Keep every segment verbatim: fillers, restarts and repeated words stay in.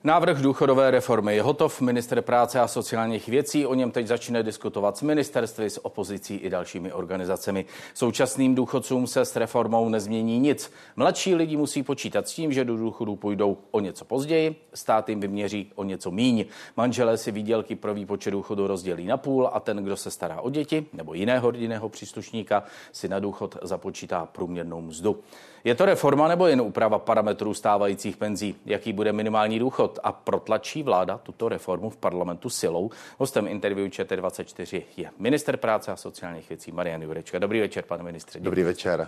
Návrh důchodové reformy je hotov. Ministr práce a sociálních věcí o něm teď začne diskutovat s ministerstvy, s opozicí i dalšími organizacemi. Současným důchodcům se s reformou nezmění nic. Mladší lidi musí počítat s tím, že do důchodu půjdou o něco později, stát jim vyměří o něco míň. Manželé si výdělky pro výpočet důchodu rozdělí na půl a ten, kdo se stará o děti nebo jiného rodinného příslušníka, si na důchod započítá průměrnou mzdu. Je to reforma nebo jen úprava parametrů stávajících penzí? Jaký bude minimální důchod? A protlačí vláda tuto reformu v parlamentu silou? Hostem interview Č T dvacet čtyři je ministr práce a sociálních věcí Marian Jurečka. Dobrý večer, pane ministře. Dobrý večer.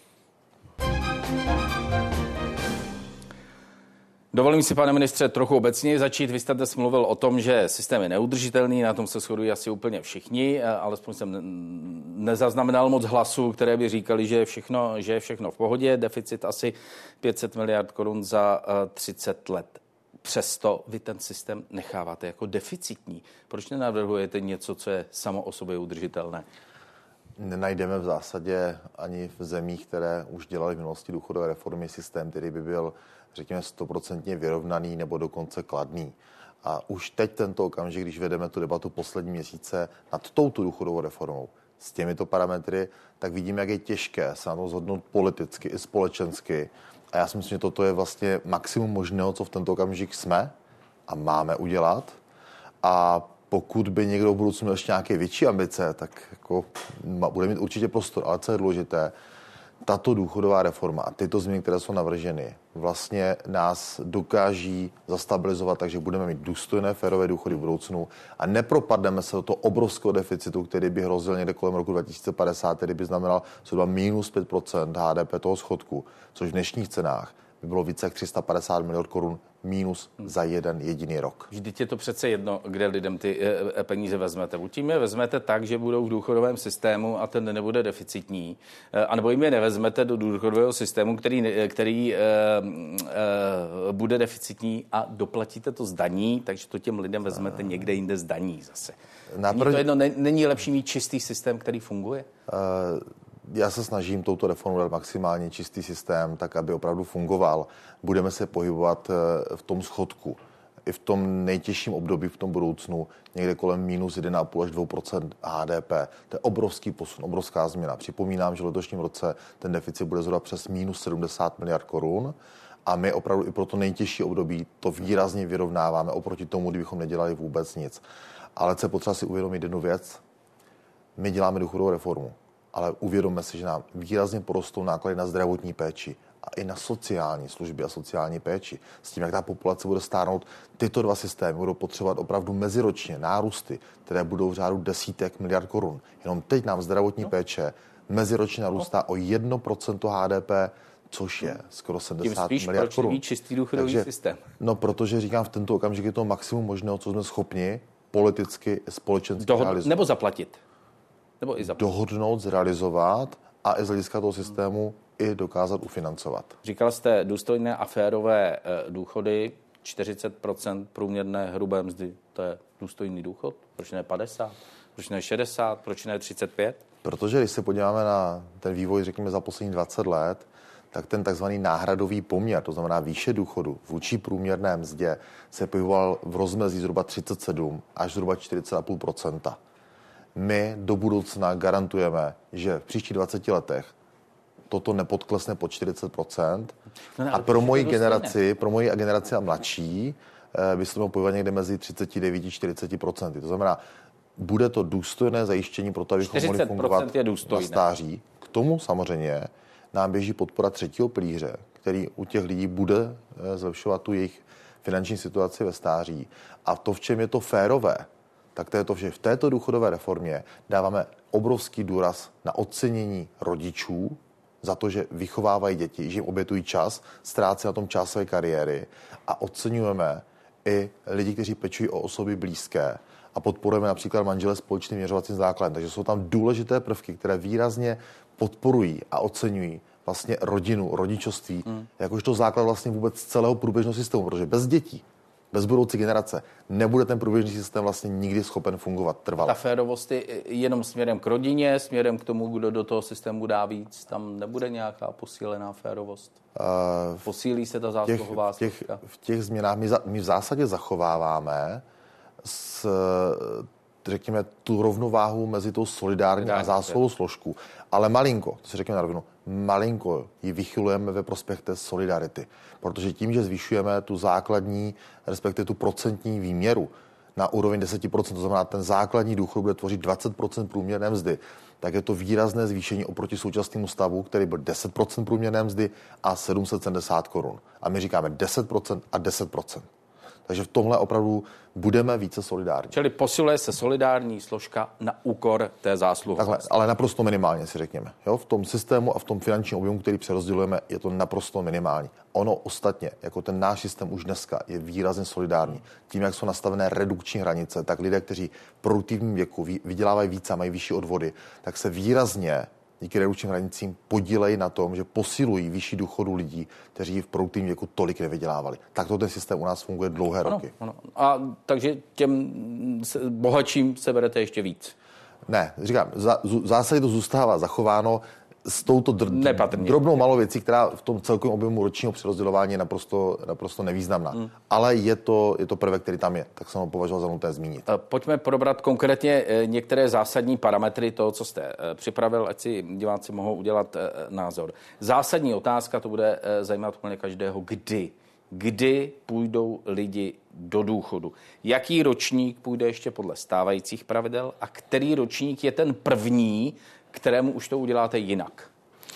Dovolím si, pane ministře, trochu obecně začít. Vy jste dnes mluvil o tom, že systém je neudržitelný, na tom se shodují asi úplně všichni, alespoň jsem nezaznamenal moc hlasů, které by říkali, že je všechno, že je všechno v pohodě, deficit asi pět set miliard korun za třicet let. Přesto vy ten systém necháváte jako deficitní. Proč nenavrhujete něco, co je samo o sobě udržitelné? Nenajdeme v zásadě ani v zemích, které už dělaly v minulosti důchodové reformy, systém, který by byl, řekněme, stoprocentně vyrovnaný nebo dokonce kladný. A už teď tento okamžik, když vedeme tu debatu poslední měsíce nad touto důchodovou reformou s těmito parametry, tak vidíme, jak je těžké se na to shodnout politicky i společensky. A já si myslím, že toto je vlastně maximum možného, co v tento okamžik jsme a máme udělat. A pokud by někdo v budoucnu měl ještě nějaké větší ambice, tak jako bude mít určitě prostor. Ale co je důležité, tato důchodová reforma a tyto změny, které jsou navrženy, vlastně nás dokáží zastabilizovat, takže budeme mít důstojné, férové důchody v budoucnu a nepropadneme se do toho obrovského deficitu, který by hrozil někde kolem roku dva tisíce padesát, který by znamenal zhruba minus pět procent H D P toho schodku, což v dnešních cenách by bylo více jak tři sta padesát miliard korun minus za jeden jediný rok. Vždyť je to přece jedno, kde lidem ty e, peníze vezmete. Buď jim je vezmete tak, že budou v důchodovém systému a ten nebude deficitní, e, anebo jim je nevezmete do důchodového systému, který, který e, e, bude deficitní a doplatíte to z daní, takže to těm lidem vezmete někde jinde z daní zase. Naprv... Není to jedno, ne, není lepší mít čistý systém, který funguje? Uh... Já se snažím touto reformou dát maximálně čistý systém, tak aby opravdu fungoval. Budeme se pohybovat v tom schodku. I v tom nejtěžším období, v tom budoucnu, někde kolem minus jedna celá pět až dva procenta H D P. To je obrovský posun, obrovská změna. Připomínám, že v letošním roce ten deficit bude zhruba přes minus sedmdesát miliard korun a my opravdu i pro to nejtěžší období to výrazně vyrovnáváme oproti tomu, kdybychom nedělali vůbec nic. Ale co je potřeba si uvědomit jednu věc, my děláme důchodovou reformu. Ale uvědomme si, že nám výrazně porostou náklady na zdravotní péči a i na sociální služby a sociální péči. S tím, jak ta populace bude stárnout, tyto dva systémy budou potřebovat opravdu meziročně nárůsty, které budou v řádu desítek miliard korun. Jenom teď nám zdravotní no. péče meziročně narůstá o jedno procento H D P, což je skoro sedmdesát miliard korun. Tím spíš, čistý důchodový Takže, systém. No, protože říkám, v tento okamžik je to maximum možného, co jsme schopni politicky, společensky Dohod, realizovat. Nebo zaplatit. Nebo i dohodnout, zrealizovat a i z hlediska toho systému i dokázat ufinancovat. Říkal jste důstojné a férové důchody, čtyřicet procent průměrné hrubé mzdy, to je důstojný důchod? Proč ne padesát? Proč ne šedesát? Proč ne třicet pět? Protože když se podíváme na ten vývoj, řekněme, za poslední dvacet let, tak ten takzvaný náhradový poměr, to znamená výše důchodu vůči průměrné mzdě, se pohyboval v rozmezí zhruba třicet sedm až zhruba čtyřicet celá pět procenta. My do budoucna garantujeme, že v příštích dvaceti letech toto nepodklesne pod čtyřicet procent. No, no, a pro moji generaci, pro moji generaci a mladší, by se to mohlo pohybovat někde mezi třicet devět až čtyřicet procent. To znamená, bude to důstojné zajištění pro to, abychom mohli fungovat na stáří. K tomu samozřejmě nám běží podpora třetího pilíře, který u těch lidí bude zlepšovat tu jejich finanční situaci ve stáří. A to, v čem je to férové, tak to je to, že v této důchodové reformě dáváme obrovský důraz na ocenění rodičů za to, že vychovávají děti, že jim obětují čas, ztrácí na tom čas své kariéry a oceňujeme i lidi, kteří pečují o osoby blízké a podporujeme například manžele společným měřovacím základem. Takže jsou tam důležité prvky, které výrazně podporují a oceňují vlastně rodinu, rodičovství, hmm. jakožto základ vlastně vůbec celého průběžného systému, protože bez dětí bez budoucí generace nebude ten průběžný systém vlastně nikdy schopen fungovat trvale. Ta férovost je jenom směrem k rodině, směrem k tomu, kdo do toho systému dá víc, tam nebude nějaká posílená férovost? Uh, Posílí se ta zásluhová těch, složka? V těch změnách my, za, my v zásadě zachováváme s, řekněme, tu rovnováhu mezi tou solidární a zásluhovou složku. Ale malinko, to si řekněme na rovinu, malinko ji vychylujeme ve prospěch té solidarity. Protože tím, že zvyšujeme tu základní, respektive tu procentní výměru na úroveň deset procent, to znamená, ten základní důchod bude tvořit dvacet procent průměrné mzdy, tak je to výrazné zvýšení oproti současnému stavu, který byl deset procent průměrné mzdy a sedm set sedmdesát korun. A my říkáme deset procent a deset procent. Takže v tomhle opravdu budeme více solidární. Čili posiluje se solidární složka na úkor té zásluhovosti. Takhle, ale naprosto minimálně si řekněme. Jo? V tom systému a v tom finančním objemu, který přerozdělujeme, je to naprosto minimální. Ono ostatně, jako ten náš systém už dneska je výrazně solidární. Tím, jak jsou nastavené redukční hranice, tak lidé, kteří v produktivním věku vydělávají více a mají vyšší odvody, tak se výrazně díky redukčním hranicím podílejí na tom, že posilují vyšší důchodu lidí, kteří v produktivním věku tolik nevydělávali. Takto ten systém u nás funguje dlouhé ano, roky. Ano. A takže těm bohatším se berete ještě víc? Ne, říkám, v zásadě to zůstává zachováno s touto dr- drobnou malou věcí, která v tom celkovém objemu ročního přerozdělování je naprosto, naprosto nevýznamná. Hmm. Ale je to, je to prvek, který tam je, tak jsem ho považoval za nutné zmínit. Pojďme probrat konkrétně některé zásadní parametry toho, co jste připravil, ať si diváci mohou udělat názor. Zásadní otázka, to bude zajímat úplně každého, kdy. Kdy půjdou lidi do důchodu? Jaký ročník půjde ještě podle stávajících pravidel a který ročník je ten první, kterému už to uděláte jinak?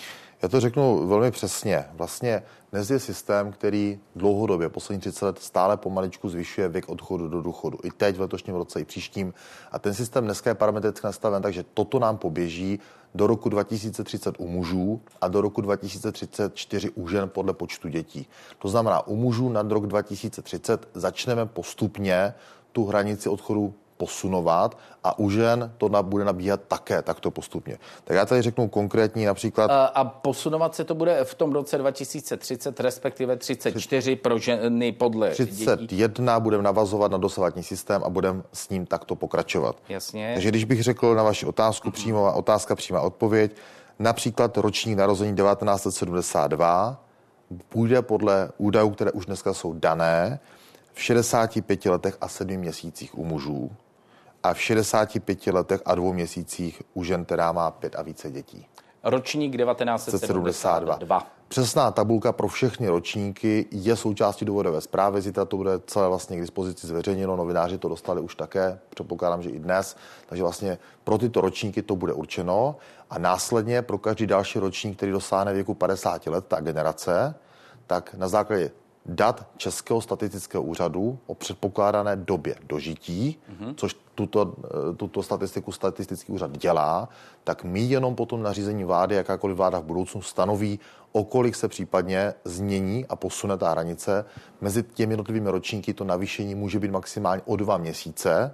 Já to řeknu velmi přesně. Vlastně dnes je systém, který dlouhodobě, poslední třicet let, stále pomaličku zvyšuje věk odchodu do důchodu. I teď v letošním roce, i příštím. A ten systém dneska je parametricky nastaven, takže toto nám poběží do roku dva tisíce třicet u mužů a do roku dva tisíce třicet čtyři u žen podle počtu dětí. To znamená, u mužů nad rok dva tisíce třicet začneme postupně tu hranici odchodu posunovat a u žen to bude nabíhat také takto postupně. Tak já tady řeknu konkrétní například... A, a posunovat se to bude v tom roce dva tisíce třicet, respektive třicet čtyři pro ženy podle třicet jedna dětí. Budeme navazovat na dosavadní systém a budeme s ním takto pokračovat. Jasně. Takže když bych řekl na vaši otázku, přímo, otázka přímá odpověď, například ročník narození devatenáct set sedmdesát dva půjde podle údajů, které už dneska jsou dané, v šedesáti pěti letech a sedmi měsících u mužů a v šedesáti pěti letech a dvou měsících u žen, která má pět a více dětí. Ročník devatenáct set sedmdesát dva. Přesná tabulka pro všechny ročníky je součástí důvodové zprávy. Zítra to bude celé vlastně k dispozici zveřejněno, novináři to dostali už také, předpokládám, že i dnes. Takže vlastně pro tyto ročníky to bude určeno a následně pro každý další ročník, který dosáhne věku padesáti let, ta generace, tak na základě dat Českého statistického úřadu o předpokládané době dožití, mm-hmm. což tuto, tuto statistiku statistický úřad dělá, tak my jenom potom nařízení vlády, jakákoliv vláda v budoucnu stanoví, o kolik se případně změní a posune ta hranice. Mezi těmi jednotlivými ročníky to navýšení může být maximálně o dva měsíce,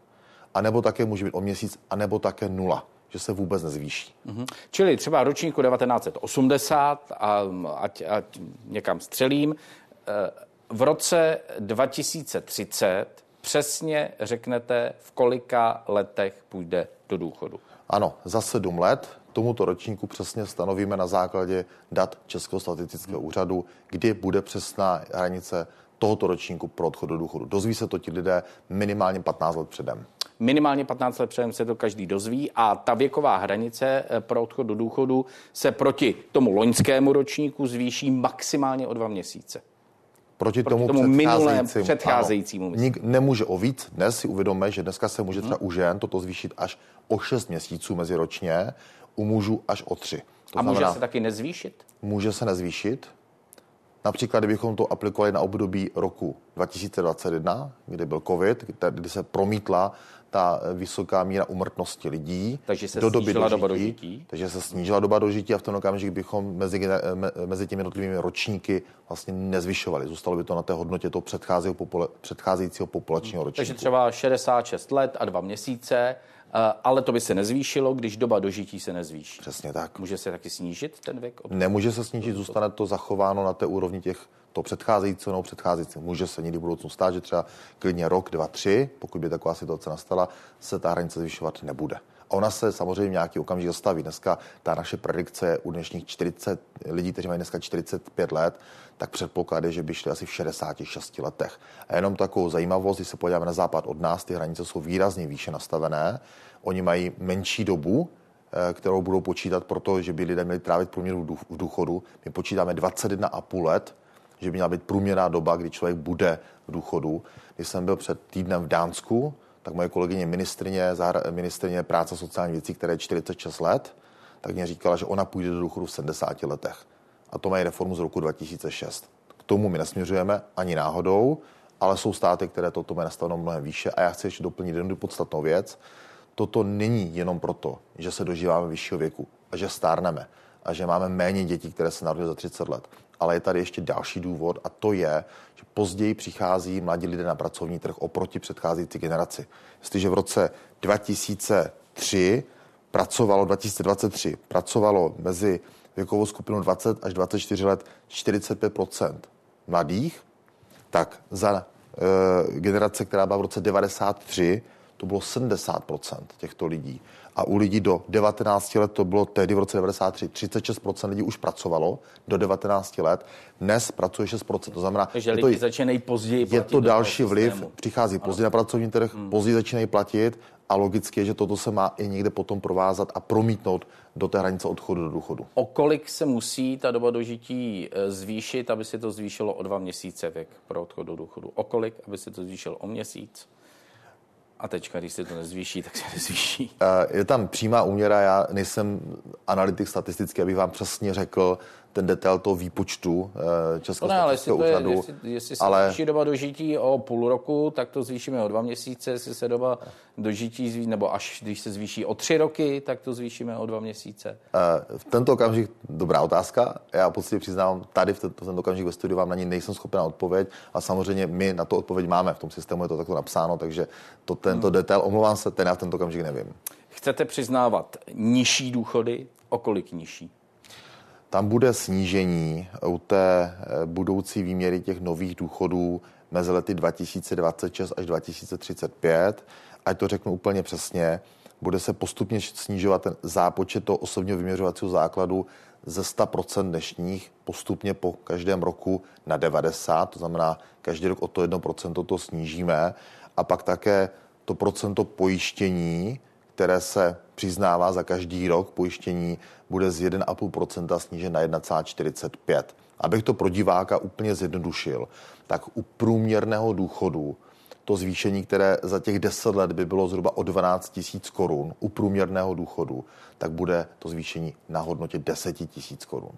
anebo také může být o měsíc, anebo také nula, že se vůbec nezvýší. Mm-hmm. Čili třeba ročníku devatenáct set osmdesát, a ať, ať někam střelím, v roce dva tisíce třicet přesně řeknete, v kolika letech půjde do důchodu. Ano, za sedm let tomuto ročníku přesně stanovíme na základě dat Českého statistického úřadu, kdy bude přesná hranice tohoto ročníku pro odchod do důchodu. Dozví se to ti lidé minimálně patnáct let předem. Minimálně patnáct let předem se to každý dozví a ta věková hranice pro odchod do důchodu se proti tomu loňskému ročníku zvýší maximálně o dva měsíce. Proti, proti tomu, tomu minulém předcházejícímu, předcházejícímu. Nik nemůže o víc. Dnes si uvědomme, že dneska se může třeba u žen toto zvýšit až o šest měsíců meziročně, u mužů až o tři. To a znamená, může se taky nezvýšit? Může se nezvýšit. Například, kdybychom to aplikovali na období roku dva tisíce dvacet jedna, kdy byl covid, kdy se promítla ta vysoká míra úmrtnosti lidí. Takže se do doby snížila dožití, doba dožití. Takže se snížila doba dožití a v ten okamžik bychom mezi, mezi těmi jednotlivými ročníky vlastně nezvyšovali. Zůstalo by to na té hodnotě toho předcházejícího, popula, předcházejícího populačního ročníku. Takže třeba šedesát šest let a dva měsíce, ale to by se nezvýšilo, když doba dožití se nezvýší. Přesně tak. Může se taky snížit ten věk? Nemůže se snížit, zůstane to zachováno na té úrovni těch to předcházející nebo předcházející. Může se někdy v budoucnu stát, že třeba klidně rok, dva, tři, pokud by taková situace nastala, se ta hranice zvyšovat nebude. A ona se samozřejmě nějaký okamžik zastaví. Dneska ta naše predikce je u dnešních čtyřicet lidí, kteří mají dneska čtyřicet pět let, tak předpoklad je, že by šli asi v šedesáti šesti letech. A jenom takovou zajímavost, když se podíváme na západ od nás, ty hranice jsou výrazně výše nastavené. Oni mají menší dobu, kterou budou počítat, protože by lidé měli trávit průměru v důchodu. My počítáme dvacet jedna a půl let, že by měla být průměrná doba, kdy člověk bude v důchodu. Když jsem byl před týdnem v Dánsku, tak moje kolegyně ministrině, ministrině práce a sociální věcí, která je čtyřicet šest let, tak mě říkala, že ona půjde do důchodu v sedmdesáti letech. A to mají reformu z roku dva tisíce šest. K tomu my nesměřujeme ani náhodou, ale jsou státy, které toto mají nastaveno mnohem výše. A já chci ještě doplnit jednu podstatnou věc. Toto není jenom proto, že se dožíváme vyššího věku a že stárneme a že máme méně dětí, které se narodí za třicet let. Ale je tady ještě další důvod a to je, že později přichází mladí lidé na pracovní trh oproti předcházející generaci. Jestliže v roce dva tisíce tři pracovalo, dva tisíce dvacet tři pracovalo mezi věkovou skupinou dvacet až dvacet čtyři let čtyřicet pět procent mladých, tak za e, generace, která byla v roce devadesát tři, to bylo sedmdesát procent těchto lidí. A u lidí do devatenácti let, to bylo tehdy v roce devadesát tři, třicet šest procent lidí už pracovalo do devatenácti let, dnes pracuje šest procent. To znamená, že lidi to, začínají později je to další vliv, přichází později na pracovní trh, hmm. později začínají platit a logicky je, že toto se má i někde potom provázat a promítnout do té hranice odchodu do důchodu. O kolik se musí ta doba dožití zvýšit, aby se to zvýšilo o dva měsíce věk pro odchod do důchodu? O kolik, aby se to zvýšilo o měsíc? A teďka, když se to nezvýší, tak se nezvýší. Je tam přímá úměra, já nejsem analytik statistický, abych vám přesně řekl ten detail toho výpočtu Českého statistického úřadu. Jestli, jestli se ale... zvýší doba dožití o půl roku, tak to zvýšíme o dva měsíce, jestli se doba dožití, zví, nebo až když se zvýší o tři roky, tak to zvýšíme o dva měsíce. V tento okamžik, dobrá otázka, já poctivě přiznám, tady v tento, v tento okamžik ve studiu vám na ní nejsem schopen odpověď a samozřejmě my na to odpověď máme, v tom systému je to takto napsáno, takže to, tento hmm. detail, omlouvám se, ten já v tento okamžik nevím. Chcete přiznávat nižší důchody, o kolik nižší? Tam bude snížení u té budoucí výměry těch nových důchodů mezi lety dva tisíce dvacet šest až dva tisíce třicet pět. Ať to řeknu úplně přesně, bude se postupně snižovat ten zápočet toho osobního vyměřovacího základu ze sto procent dnešních postupně po každém roku na devadesát. To znamená, každý rok o to jedno procento to snížíme. A pak také to procento pojištění, které se přiznává za každý rok pojištění, bude z jedna celá pět procenta snížen na jedna celá čtyřicet pět. Abych to pro diváka úplně zjednodušil, tak u průměrného důchodu to zvýšení, které za těch deset let by bylo zhruba o dvanáct tisíc korun u průměrného důchodu, tak bude to zvýšení na hodnotě deset tisíc korun.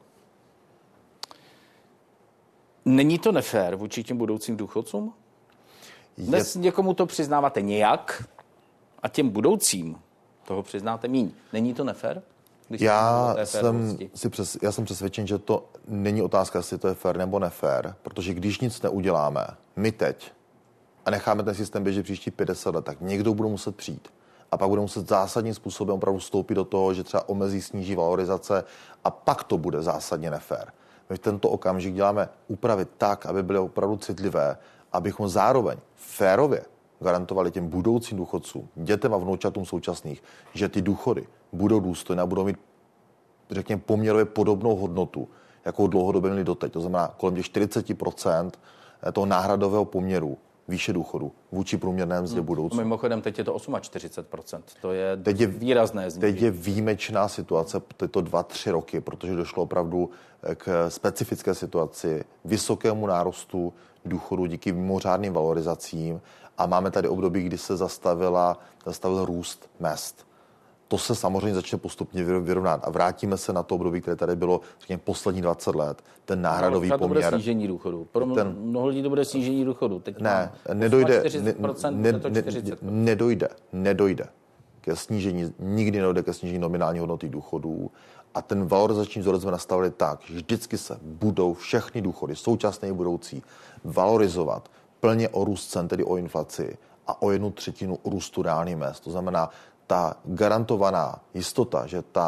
Není to nefér vůči těm budoucím důchodcům? Dnes je... někomu to přiznáváte nějak a těm budoucím toho přiznáte míň. Není to nefér? Já jsem, si přes, já jsem přesvědčen, že to není otázka, jestli to je fér nebo nefér, protože když nic neuděláme, my teď, a necháme ten systém běžet příští padesát let, tak někdo bude muset přijít. A pak bude muset zásadním způsobem opravdu vstoupit do toho, že třeba omezí, sníží valorizace a pak to bude zásadně nefér. My v tento okamžik děláme úpravy tak, aby byly opravdu citlivé, abychom zároveň férově garantovali těm budoucím důchodcům, dětem a vnoučatům současných, že ty důchody budou důstojné a budou mít, řekněme, poměrově podobnou hodnotu, jakou dlouhodobě měli doteď. To znamená kolem těch čtyřicet procent toho náhradového poměru výše důchodu vůči průměrné mzdě hmm. budoucnu. Mimochodem, teď je to čtyřicet osm procent. To je, teď je výrazné znížení. Teď je výjimečná situace, tyto dva, tři roky, protože došlo opravdu k specifické situaci, vysokému nárostu důchodu díky mimořádným valorizacím a máme tady období, kdy se zastavila, zastavil růst mezd. To se samozřejmě začne postupně vyrovnat a vrátíme se na to období, které tady bylo, řekněme, poslední dvacet let, ten náhradový no, poměr. To bude snížení důchodu. Pro ten, mnoho lidí to bude snížení důchodu. Teď ne, nedojde, čtyřicet procent, ne, ne, ne, nedojde, nedojde ke snížení, nikdy nedojde ke snížení nominální hodnoty důchodů a ten valorizační vzorec jsme nastavili tak, že vždycky se budou všechny důchody, současné i budoucí, valorizovat plně o růst cen, tedy o inflaci a o jednu třetinu růstu reálných mezd. To znamená, ta garantovaná jistota, že ta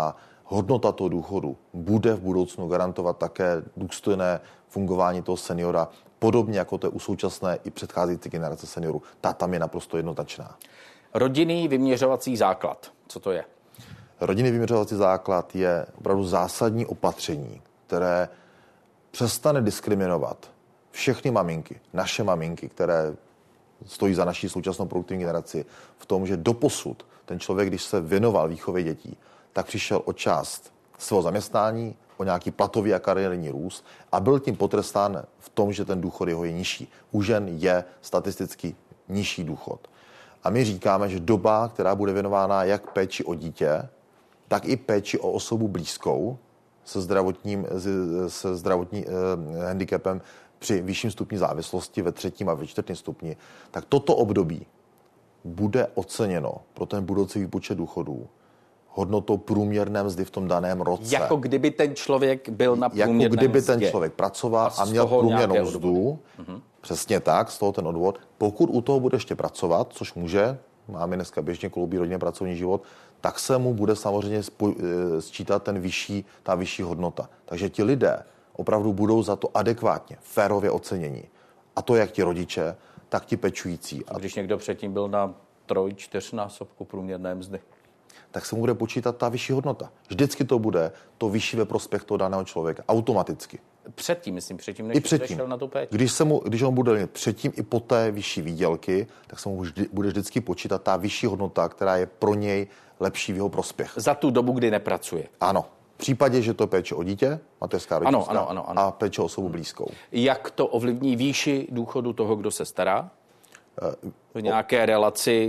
hodnota toho důchodu bude v budoucnu garantovat také důstojné fungování toho seniora, podobně jako to je u současné i předcházející generace seniorů. Ta tam je naprosto jednoznačná. Rodinný vyměřovací základ. Co to je? Rodinný vyměřovací základ je opravdu zásadní opatření, které přestane diskriminovat všechny maminky, naše maminky, které stojí za naší současnou produktivní generaci, v tom, že doposud ten člověk, když se věnoval výchově dětí, tak přišel o část svého zaměstnání, o nějaký platový a kariérní růst a byl tím potrestán v tom, že ten důchod jeho je nižší. U žen je statisticky nižší důchod. A my říkáme, že doba, která bude věnována jak péči o dítě, tak i péči o osobu blízkou se zdravotním, se zdravotním eh, handicapem při vyšším stupni závislosti ve třetím a ve čtvrtém stupni, tak toto období bude oceněno pro ten budoucí výpočet důchodů hodnotou průměrné mzdy v tom daném roce. Jako kdyby ten člověk byl na průměrné Jako kdyby mzdě. ten člověk pracoval a, a měl průměrnou mzdu, mhm. Přesně tak, z toho ten odvod. Pokud u toho bude ještě pracovat, což může, máme dneska běžně kloubí rodinně pracovní život, tak se mu bude samozřejmě sčítat ten vyšší, ta vyšší hodnota. Takže ti lidé opravdu budou za to adekvátně, férově ocenění. A to jak ti rodiče, tak ti pečující. A když někdo předtím byl na troj, čtyřnásobku průměrné mzdy, tak se mu bude počítat ta vyšší hodnota. Vždycky to bude to vyšší ve prospěch toho daného člověka. Automaticky. Předtím, myslím, předtím, než přešel na tu péči. Když, se mu, když on bude mít předtím i poté vyšší výdělky, tak se mu vždy, bude vždycky počítat ta vyšší hodnota, která je pro něj lepší v jeho prospěch. Za tu dobu, kdy nepracuje. Ano. V případě, že to péče o dítě, mateřská rodičovská, ano, ano, ano, ano. a péče o osobu blízkou. Jak to ovlivní výši důchodu toho, kdo se stará? V nějaké relaci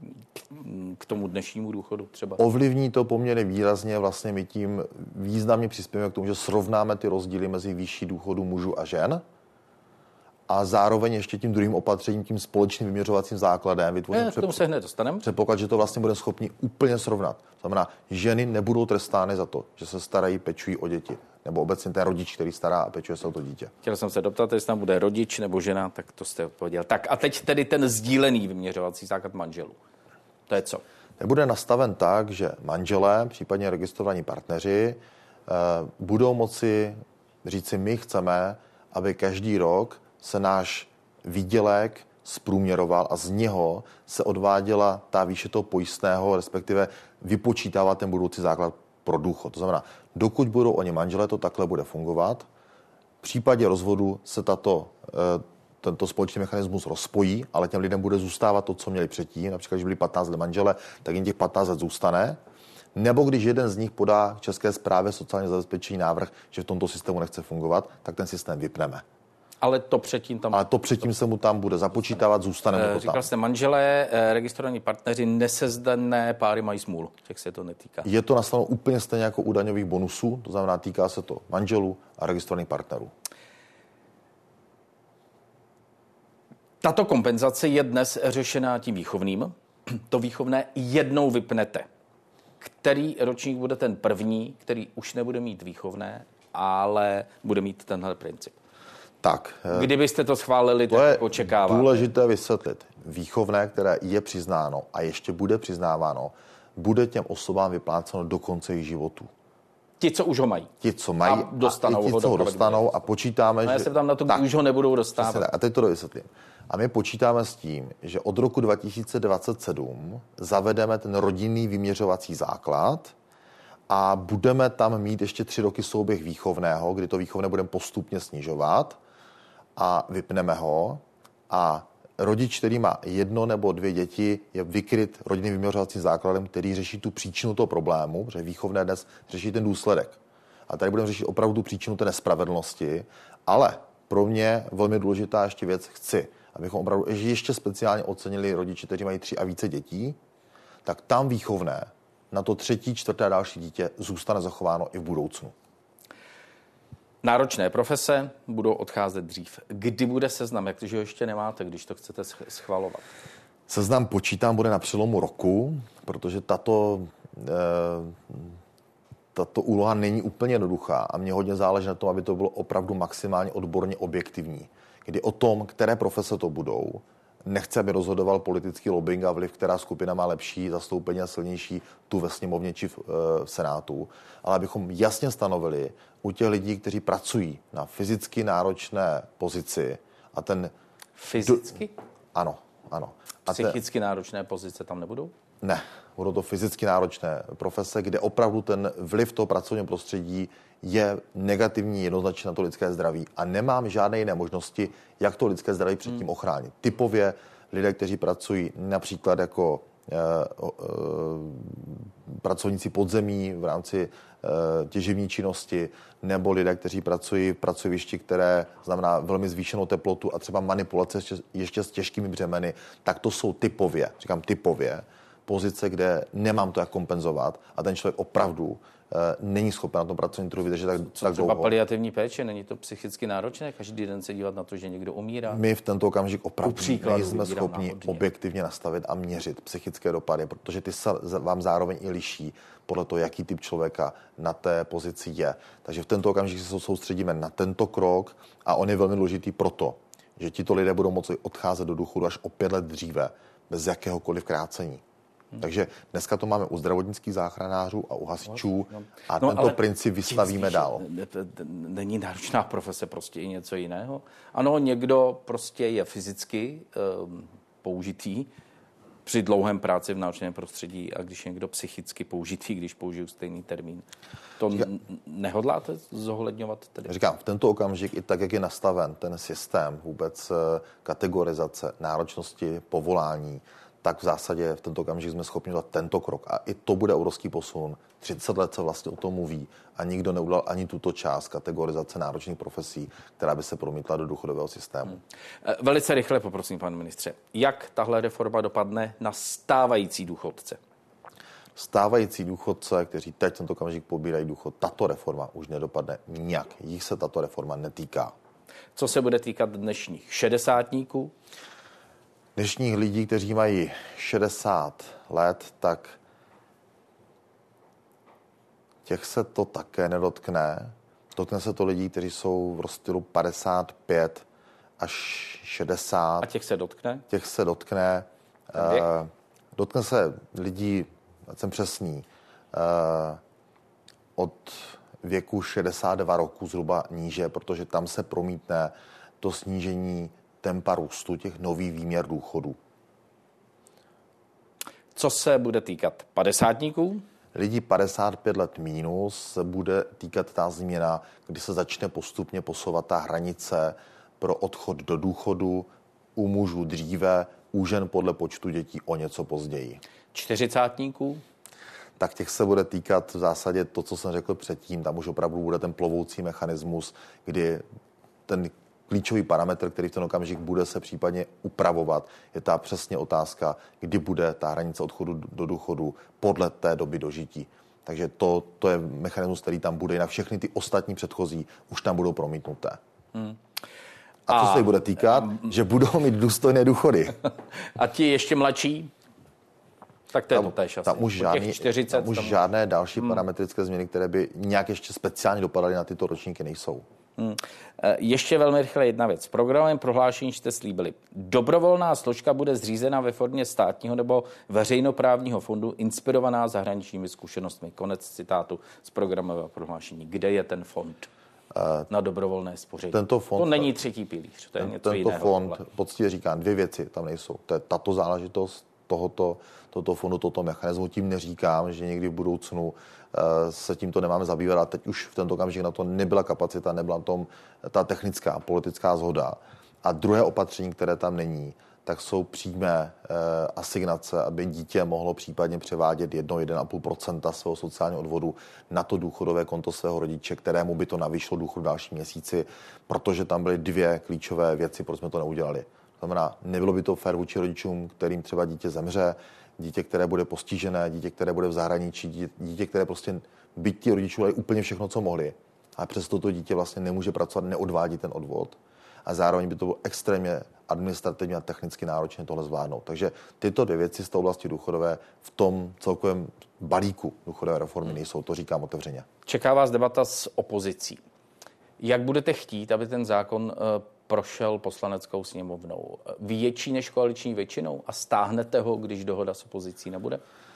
k tomu dnešnímu důchodu třeba? Ovlivní to poměrně výrazně, vlastně my tím významně přispějeme k tomu, že srovnáme ty rozdíly mezi výší důchodu mužů a žen a zároveň ještě tím druhým opatřením, tím společným vyměřovacím základem vytvoříme k tomu se hned dostaneme. Předpoklad, že to vlastně budeme schopni úplně srovnat. To znamená, ženy nebudou trestány za to, že se starají, pečují o děti. Nebo obecně ten rodič, který stará a pečuje se o to dítě. Chtěl jsem se doptat, jestli tam bude rodič nebo žena, tak to jste odpověděl. Tak a teď tedy ten sdílený vyměřovací základ manželů. To je co? Nebude nastaven tak, že manželé, případně registrovaní partneři, eh, budou moci říci, my chceme, aby každý rok se náš výdělek zprůměroval a z něho se odváděla ta výše toho pojistného, respektive vypočítává ten budoucí základ pro důchod. To znamená, dokud budou oni manželé, to takhle bude fungovat. V případě rozvodu se tato, tento společný mechanismus rozpojí, ale těm lidem bude zůstávat to, co měli předtím. Například, když byli patnáct let manžele, tak jim těch patnáct let zůstane. Nebo když jeden z nich podá České správě sociálního zabezpečení návrh, že v tomto systému nechce fungovat, tak ten systém vypneme. Ale to předtím tam... Ale to předtím se mu tam bude započítávat, zůstane mu to tam. Říkal jste, manželé, registrovaní partneři, nesezdané páry mají smůlu. Těch se to netýká. Je to nastaveno úplně stejně jako u daňových bonusů, to znamená, týká se to manželů a registrovaných partnerů. Tato kompenzace je dnes řešená tím výchovným. To výchovné jednou vypnete. Který ročník bude ten první, který už nebude mít výchovné, ale bude mít tenhle princip? Tak. Kdybyste to schválili, to tak očekáváte. To je důležité vysvětlit. Výchovné, které je přiznáno a ještě bude přiznáváno, bude těm osobám vypláceno do konce jejich životů. Ti, co už ho mají. Ti, co mají a, dostanou a ti, co ho dostanou a počítáme, no, že... Já se tam na to, tak, už ho nebudou dostávat. A teď to dovysvětlím. A my počítáme s tím, že od roku dva tisíce dvacet sedm zavedeme ten rodinný vyměřovací základ a budeme tam mít ještě tři roky souběh výchovného, kdy to výchovné budeme postupně snižovat a vypneme ho a rodič, který má jedno nebo dvě děti, je vykryt rodinným vyměřovacím základem, který řeší tu příčinu toho problému, protože výchovné dnes řeší ten důsledek. A tady budeme řešit opravdu tu příčinu té nespravedlnosti, ale pro mě velmi důležitá ještě věc chci, abychom opravdu ještě speciálně ocenili rodiče, kteří mají tři a více dětí, tak tam výchovné na to třetí, čtvrté a další dítě zůstane zachováno i v budoucnu. Náročné profese budou odcházet dřív. Kdy bude seznam? Jak to, že ho ještě nemáte, když to chcete schvalovat? Seznam počítám bude na přelomu roku, protože tato, e, tato úloha není úplně jednoduchá a mně hodně záleží na tom, aby to bylo opravdu maximálně odborně objektivní. Kdy o tom, které profese to budou, nechce, aby rozhodoval politický lobbying a vliv, která skupina má lepší zastoupení a silnější tu ve sněmovně či v, v Senátu, ale abychom jasně stanovili u těch lidí, kteří pracují na fyzicky náročné pozici a ten... Fyzicky? Do, ano, ano. A psychicky ten, náročné pozice tam nebudou? Ne, budou to fyzicky náročné profese, kde opravdu ten vliv toho pracovního prostředí je negativní jednoznačně na to lidské zdraví a nemám žádné jiné možnosti, jak to lidské zdraví předtím hmm. ochránit. Typově lidé, kteří pracují například jako e, e, pracovníci podzemí v rámci e, těžební činnosti, nebo lidé, kteří pracují v pracovišti, které znamená velmi zvýšenou teplotu a třeba manipulace ještě s těžkými břemeny, tak to jsou typově, říkám typově, pozice, kde nemám to jak kompenzovat a ten člověk opravdu e, není schopen na tom pracovním trhu vydržet tak, Co tak třeba dlouho. paliativní péče, není to psychicky náročné každý den se dívat na to, že někdo umírá? My v tento okamžik opravdu nejsme schopni náhodně. objektivně nastavit a měřit psychické dopady, protože ty se vám zároveň i liší podle toho, jaký typ člověka na té pozici je. Takže v tento okamžik se soustředíme na tento krok a on je velmi důležitý proto, že tito lidé budou moci odcházet do důchodu až o pět let dříve, bez jakéhokoliv krácení. Hmm. Takže dneska to máme u zdravotnických záchranářů a u hasičů a no, tento princip vystavíme spíš, dál. Není náročná profese prostě i něco jiného? Ano, někdo prostě je fyzicky um, použitý při dlouhém práci v náročném prostředí a když je někdo psychicky použitý, když použiju stejný termín. To Říkám, nehodláte zohledňovat tedy? Říkám, v tento okamžik i tak, jak je nastaven ten systém vůbec kategorizace náročnosti povolání, tak v zásadě v tento okamžik jsme schopni dát tento krok. A i to bude obrovský posun. třicet let se vlastně o tom mluví a nikdo neudělal ani tuto část kategorizace náročných profesí, která by se promítla do důchodového systému. Hmm. Velice rychle poprosím, pane ministře, jak tahle reforma dopadne na stávající důchodce? Stávající důchodce, kteří teď v tento okamžik pobírají důchod, tato reforma už nedopadne nijak. Jich se tato reforma netýká. Co se bude týkat dnešních šedesátníků? Dnešních lidí, kteří mají šedesát let, tak těch se to také nedotkne. Dotkne se to lidí, kteří jsou v rozstylu padesát pět až šedesát. A těch se dotkne? Těch se dotkne. Uh, dotkne se lidí, jsem přesný, uh, od věku šedesát dva roku zhruba níže, protože tam se promítne to snížení tempa růstu těch nových výměr důchodů. Co se bude týkat padesátníků? Lidí padesát pět let mínus se bude týkat ta změna, kdy se začne postupně posouvat ta hranice pro odchod do důchodu u mužů dříve, u žen podle počtu dětí o něco později. čtyřicátníků? Tak těch se bude týkat v zásadě to, co jsem řekl předtím. Tam už opravdu bude ten plovoucí mechanismus, kdy ten klíčový parametr, který v ten okamžik bude se případně upravovat, je ta přesně otázka, kdy bude ta hranice odchodu do důchodu podle té doby dožití. Takže to, to je mechanismus, který tam bude. Jinak všechny ty ostatní předchozí už tam budou promítnuté. Hmm. A, A co se jich bude týkat? Um, že budou mít důstojné důchody. A ti ještě mladší? Tak to je to též asi. Tam už, žádný, čtyřicet, tam už tam... žádné další hmm. parametrické změny, které by nějak ještě speciálně dopadaly na tyto ročníky, nejsou. Hmm. Ještě velmi rychle jedna věc. V programovém prohlášení jste slíbili. Dobrovolná složka bude zřízena ve formě státního nebo veřejnoprávního fondu inspirovaná zahraničními zkušenostmi. Konec citátu z programového prohlášení. Kde je ten fond na dobrovolné spoření? Tento fond, to není třetí pilíř. To je ten, něco tento jiného. Fond, poctivě říkám, dvě věci tam nejsou. To je tato záležitost tohoto, tohoto fondu, tohoto mechanismu. Tím neříkám, že někdy v budoucnu uh, se tímto nemáme zabývat. A teď už v tento okamžik na to nebyla kapacita, nebyla na tom ta technická, politická shoda. A druhé opatření, které tam není, tak jsou přímé uh, asignace, aby dítě mohlo případně převádět jedno až jedna celá pět procenta svého sociálního odvodu na to důchodové konto svého rodiče, kterému by to navýšilo důchod v dalším měsíci, protože tam byly dvě klíčové věci, proč jsme to neudělali. To znamená, nebylo by to fér vůči rodičům, kterým třeba dítě zemře, dítě, které bude postižené, dítě, které bude v zahraničí, dítě, dítě které prostě byť ti rodičů dají úplně všechno, co mohli. A přesto to dítě vlastně nemůže pracovat, neodvádí ten odvod. A zároveň by to bylo extrémně administrativně a technicky náročné tohle zvládnout. Takže tyto dvě věci z té oblasti důchodové v tom celkovém balíku důchodové reformy nejsou, to říkám otevřeně. Čeká vás debata s opozicí. Jak budete chtít, aby ten zákon prošel poslaneckou sněmovnou větší než koaliční většinou a stáhnete ho, když dohoda s opozicí nebude?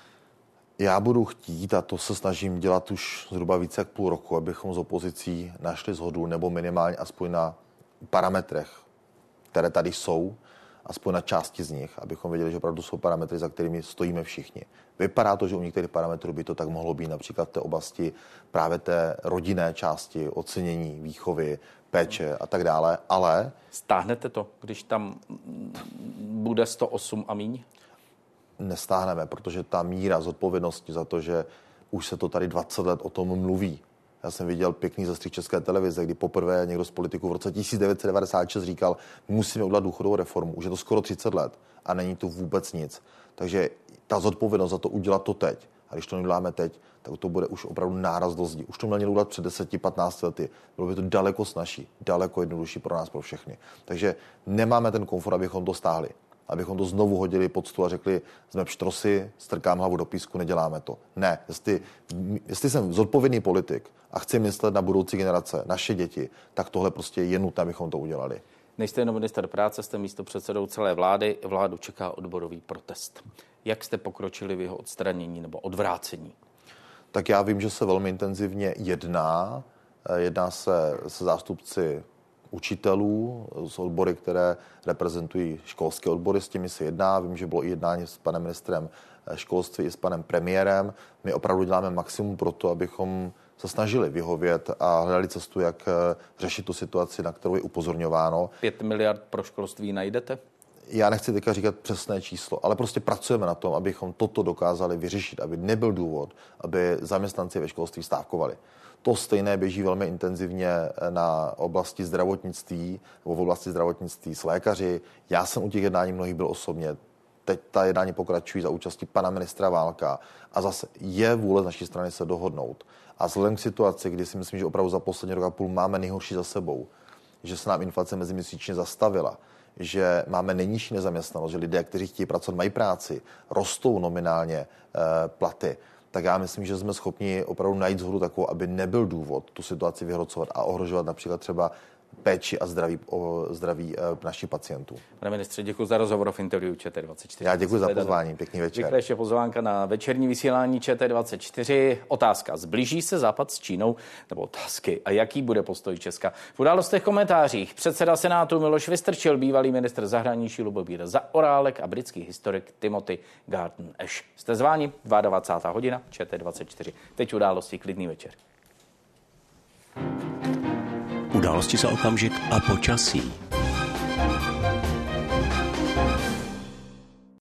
Já budu chtít, a to se snažím dělat už zhruba více jak půl roku, abychom s opozicí našli shodu, nebo minimálně aspoň na parametrech, které tady jsou, aspoň na části z nich, abychom věděli, že opravdu jsou parametry, za kterými stojíme všichni. Vypadá to, že u některých parametrů by to tak mohlo být, například v té oblasti právě té rodinné části, ocenění, výchovy, péče a tak dále, ale... Stáhnete to, když tam bude sto osm a míň? Nestáhneme, protože ta míra zodpovědnosti za to, že už se to tady dvacet let o tom mluví. Já jsem viděl pěkný zastřih České televize, kdy poprvé někdo z politiků v roce tisíc devět set devadesát šest říkal, musíme udělat důchodovou reformu. Už je to skoro třicet let a není tu vůbec nic. Takže ta zodpovědnost za to udělat to teď. A když to neuděláme teď, tak to bude už opravdu náraz do zdi. Už to měl někdo udělat před deseti patnácti lety. Bylo by to daleko snazší, daleko jednodušší pro nás, pro všechny. Takže nemáme ten komfort, abychom to stáhli. Abychom to znovu hodili pod stůl a řekli, jsme pštrosy, strkám hlavu do písku, neděláme to. Ne, jestli, jestli jsem zodpovědný politik a chci myslet na budoucí generace, naše děti, tak tohle prostě je nutné, abychom to udělali. Nejste jenom minister práce, jste místopředsedou celé vlády. Vládu čeká odborový protest. Jak jste pokročili v jeho odstranění nebo odvrácení? Tak já vím, že se velmi intenzivně jedná. Jedná se se zástupci učitelů z odbory, které reprezentují školské odbory, s těmi se jedná. Vím, že bylo i jednání s panem ministrem školství i s panem premiérem. My opravdu děláme maximum pro to, abychom se snažili vyhovět a hledali cestu, jak řešit tu situaci, na kterou je upozorňováno. Pět miliard pro školství najdete? Já nechci teďka říkat přesné číslo, ale prostě pracujeme na tom, abychom toto dokázali vyřešit, aby nebyl důvod, aby zaměstnanci ve školství stávkovali. To stejné běží velmi intenzivně na oblasti zdravotnictví nebo v oblasti zdravotnictví s lékaři. Já jsem u těch jednání mnohých byl osobně. Teď ta jednání pokračují za účastí pana ministra Válka a zase je vůle z naší strany se dohodnout. A vzhledem k situaci, kdy si myslím, že opravdu za poslední rok a půl máme nejhorší za sebou, že se nám inflace meziměsíčně zastavila, že máme nejnižší nezaměstnanost, že lidé, kteří chtějí pracovat, mají práci, rostou nominálně e, platy, tak já myslím, že jsme schopni opravdu najít shodu takovou, aby nebyl důvod tu situaci vyhrocovat a ohrožovat například třeba péči a zdraví, o zdraví e, našich pacientů. Pane ministře, děkuji za rozhovor v interview Č T dvacet čtyři. Já děkuji za pozvání, pěkný večer. Rychle ještě pozvánka na večerní vysílání Č T dvacet čtyři. Otázka, zblíží se Západ s Čínou? Nebo otázky, a jaký bude postoj Česka? V událostech komentářích předseda Senátu Miloš Vystrčil, bývalý ministr zahraničí Lubomír Zaorálek a britský historik Timothy Garton Ash. Jste zváni, dvacátá druhá hodina, Č T dvacet čtyři. Teď události, klidný večer. Události za okamžik a počasí.